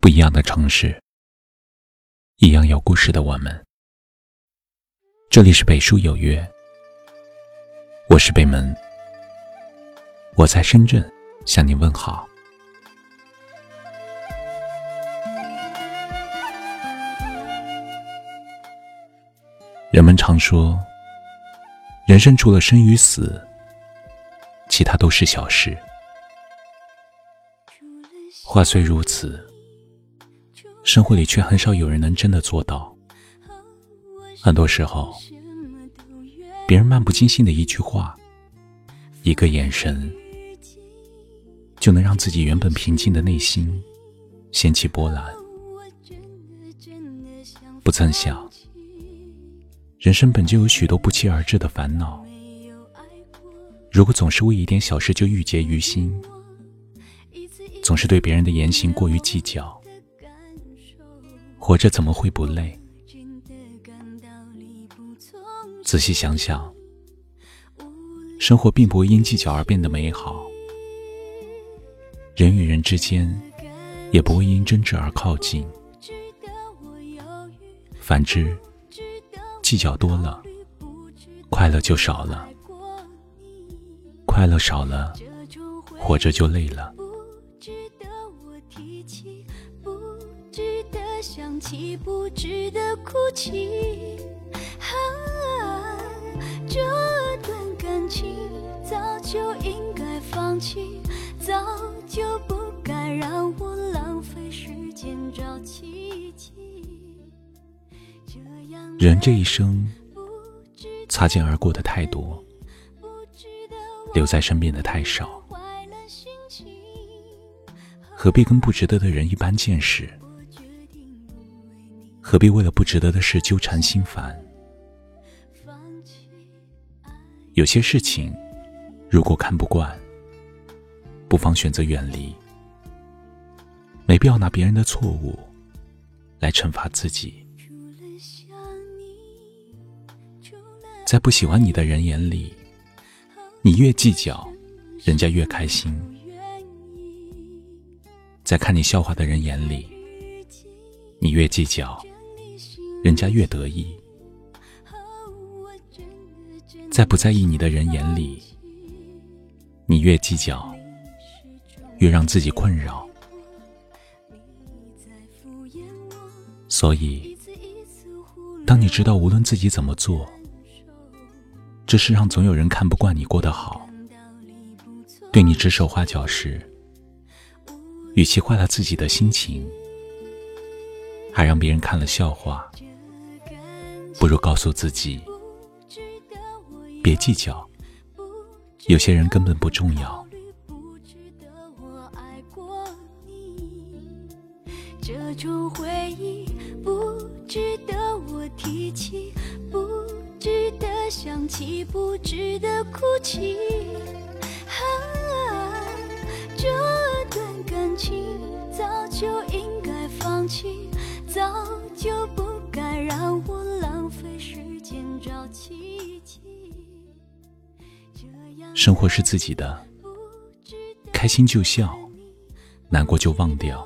不一样的城市，一样有故事的我们。这里是北书有约，我是北门，我在深圳向你问好。人们常说，人生除了生与死，其他都是小事。话虽如此，生活里却很少有人能真的做到。很多时候，别人漫不经心的一句话，一个眼神，就能让自己原本平静的内心掀起波澜。不曾想，人生本就有许多不期而至的烦恼，如果总是为一点小事就郁结于心，总是对别人的言行过于计较，活着怎么会不累？仔细想想，生活并不会因计较而变得美好，人与人之间也不会因争执而靠近。反之，计较多了，快乐就少了，快乐少了，活着就累了。 想起不值得哭泣，这段感情早就应该放弃，早就不该让我浪费时间找奇迹。 人这一生擦肩而过的太多，留在身边的太少，何必跟不值得的人一般见识？何必为了不值得的事纠缠心烦？有些事情如果看不惯，不妨选择远离，没必要拿别人的错误来惩罚自己。在不喜欢你的人眼里，你越计较，人家越开心；在看你笑话的人眼里，你越计较，人家越得意。在不在意你的人眼里，你越计较，越让自己困扰。所以，当你知道无论自己怎么做，这世上总有人看不惯你过得好，对你指手画脚时，与其坏了自己的心情，还让别人看了笑话，不如告诉自己，别计较，有些人根本不重要。 这种回忆不值得我提起，不值得想起，不值得哭泣。这段感情早就应该放弃，早就不该让我浪费时间找奇迹。 生活是自己的，开心就笑，难过就忘掉。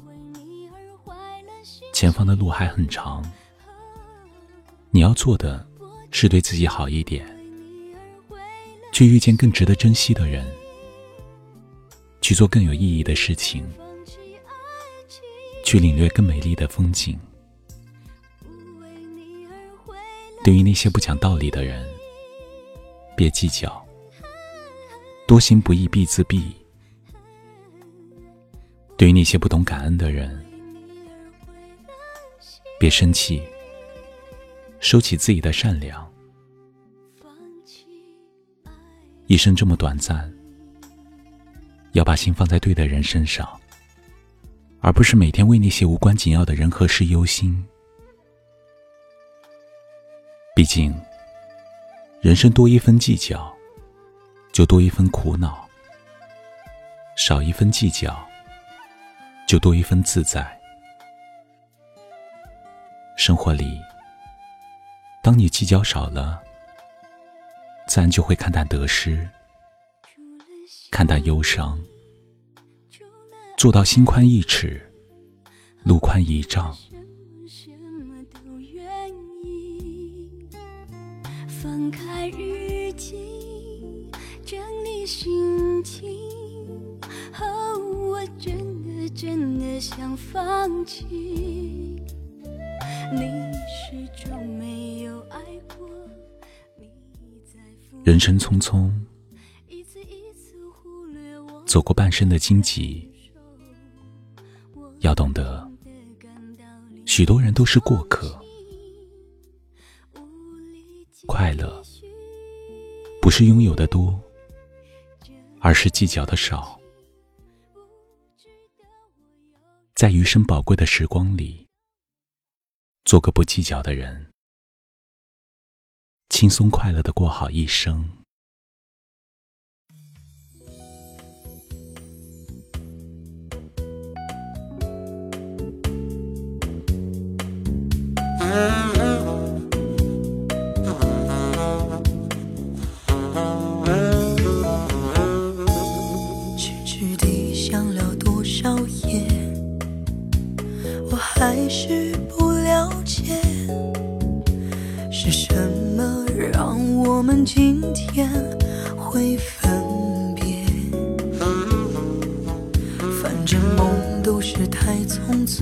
前方的路还很长，你要做的是对自己好一点，去遇见更值得珍惜的人，去做更有意义的事情，去领略更美丽的风景。对于那些不讲道理的人，别计较，多行不义必自毙。对于那些不懂感恩的人，别生气，收起自己的善良。一生这么短暂，要把心放在对的人身上，而不是每天为那些无关紧要的人和事忧心。毕竟，人生多一分计较，就多一分苦恼；少一分计较，就多一分自在。生活里，当你计较少了，自然就会看淡得失，看淡忧伤，做到心宽意尺， 路宽1丈。 什么都愿意，翻开日记，整理心情。我真的想放弃，你始终没有爱过。 人生匆匆，走过半生的荆棘，要懂得，许多人都是过客。快乐不是拥有的多，而是计较的少。在余生宝贵的时光里，做个不计较的人，轻松快乐地过好一生。 痴痴地想了多少夜，我还是不了解，是什么让我们今天会分别。反正梦都是太匆匆，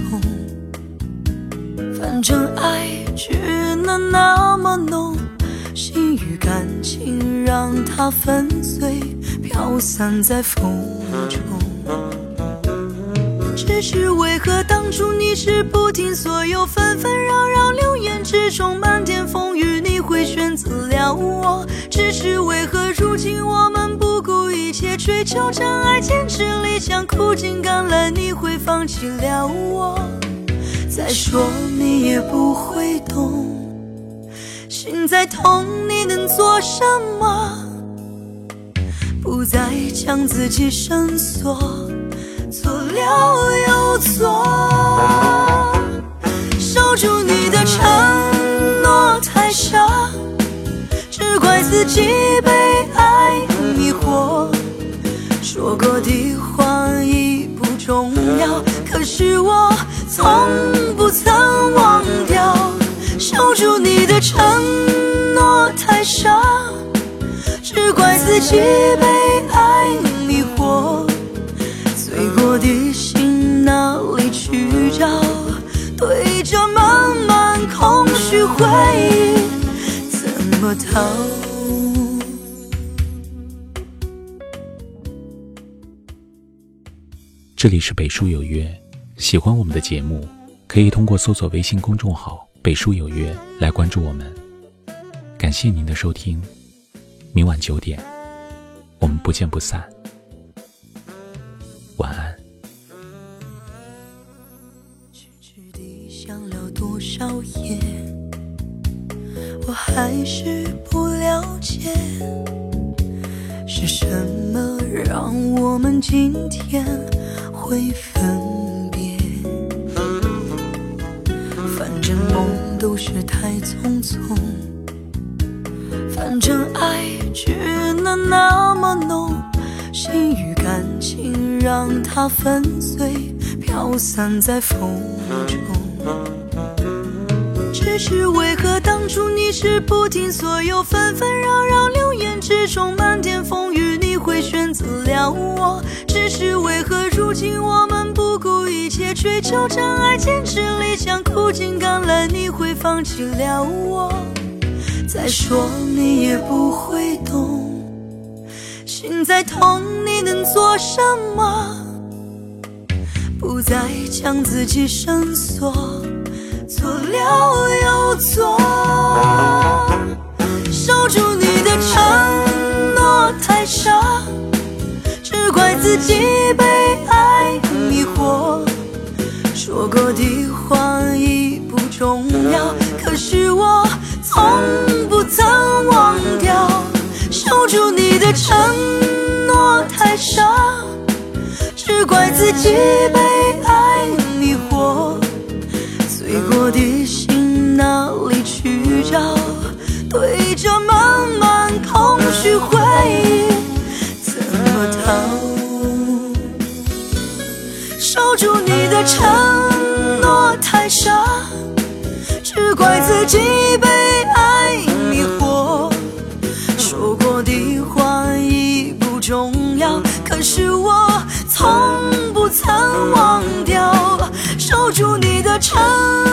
反正爱只能那么浓，心与感情让它粉碎，飘散在风中。只是为何当初你是不听所有纷纷扰扰，流言之中漫天风雨，你会选择了我？只是为何如今我们不顾一切追求真爱，坚持理想，苦尽甘来，你会放弃了我？再说你也不会懂，心在痛，你能做什么？不再将自己深锁，错了又错。守住你的承诺太傻，只怪自己被爱迷惑。说过的话已不重要，可是我从不曾忘掉。守住你的承诺太傻，只怪自己被爱迷惑。醉过的心哪里去找？对着满满空虚回忆，怎么逃？ 这里是北书有约，喜欢我们的节目，可以通过搜索微信公众号北书有约来关注我们。感谢您的收听，明晚9点，我们不见不散。晚安。 痴痴地想了多少夜，我还是不了解，是什么让我们今天会分别。反正梦都是太匆匆，反正爱只能那么浓，心与感情让它粉碎，飘散在风中。只是为何当初你是不听所有纷纷扰扰，流言之中漫天风雨，你会选择了我？只是为何如今我们不顾一切追求真爱，坚持理想，苦尽甘来，你会放弃了我？再说你也不会懂，心在痛，你能做什么？不再将自己深锁，错了又错。守住你的承诺太傻，只怪自己被爱迷惑。说过的话已不重要，可是我从不曾忘掉。守住你的承诺太傻，只怪自己被爱迷惑。醉过的心哪里去找？对着满满空虚回忆，怎么逃？守住你的承诺怪自己被爱迷惑，说过的话已不重要，可是我从不曾忘掉，守住你的承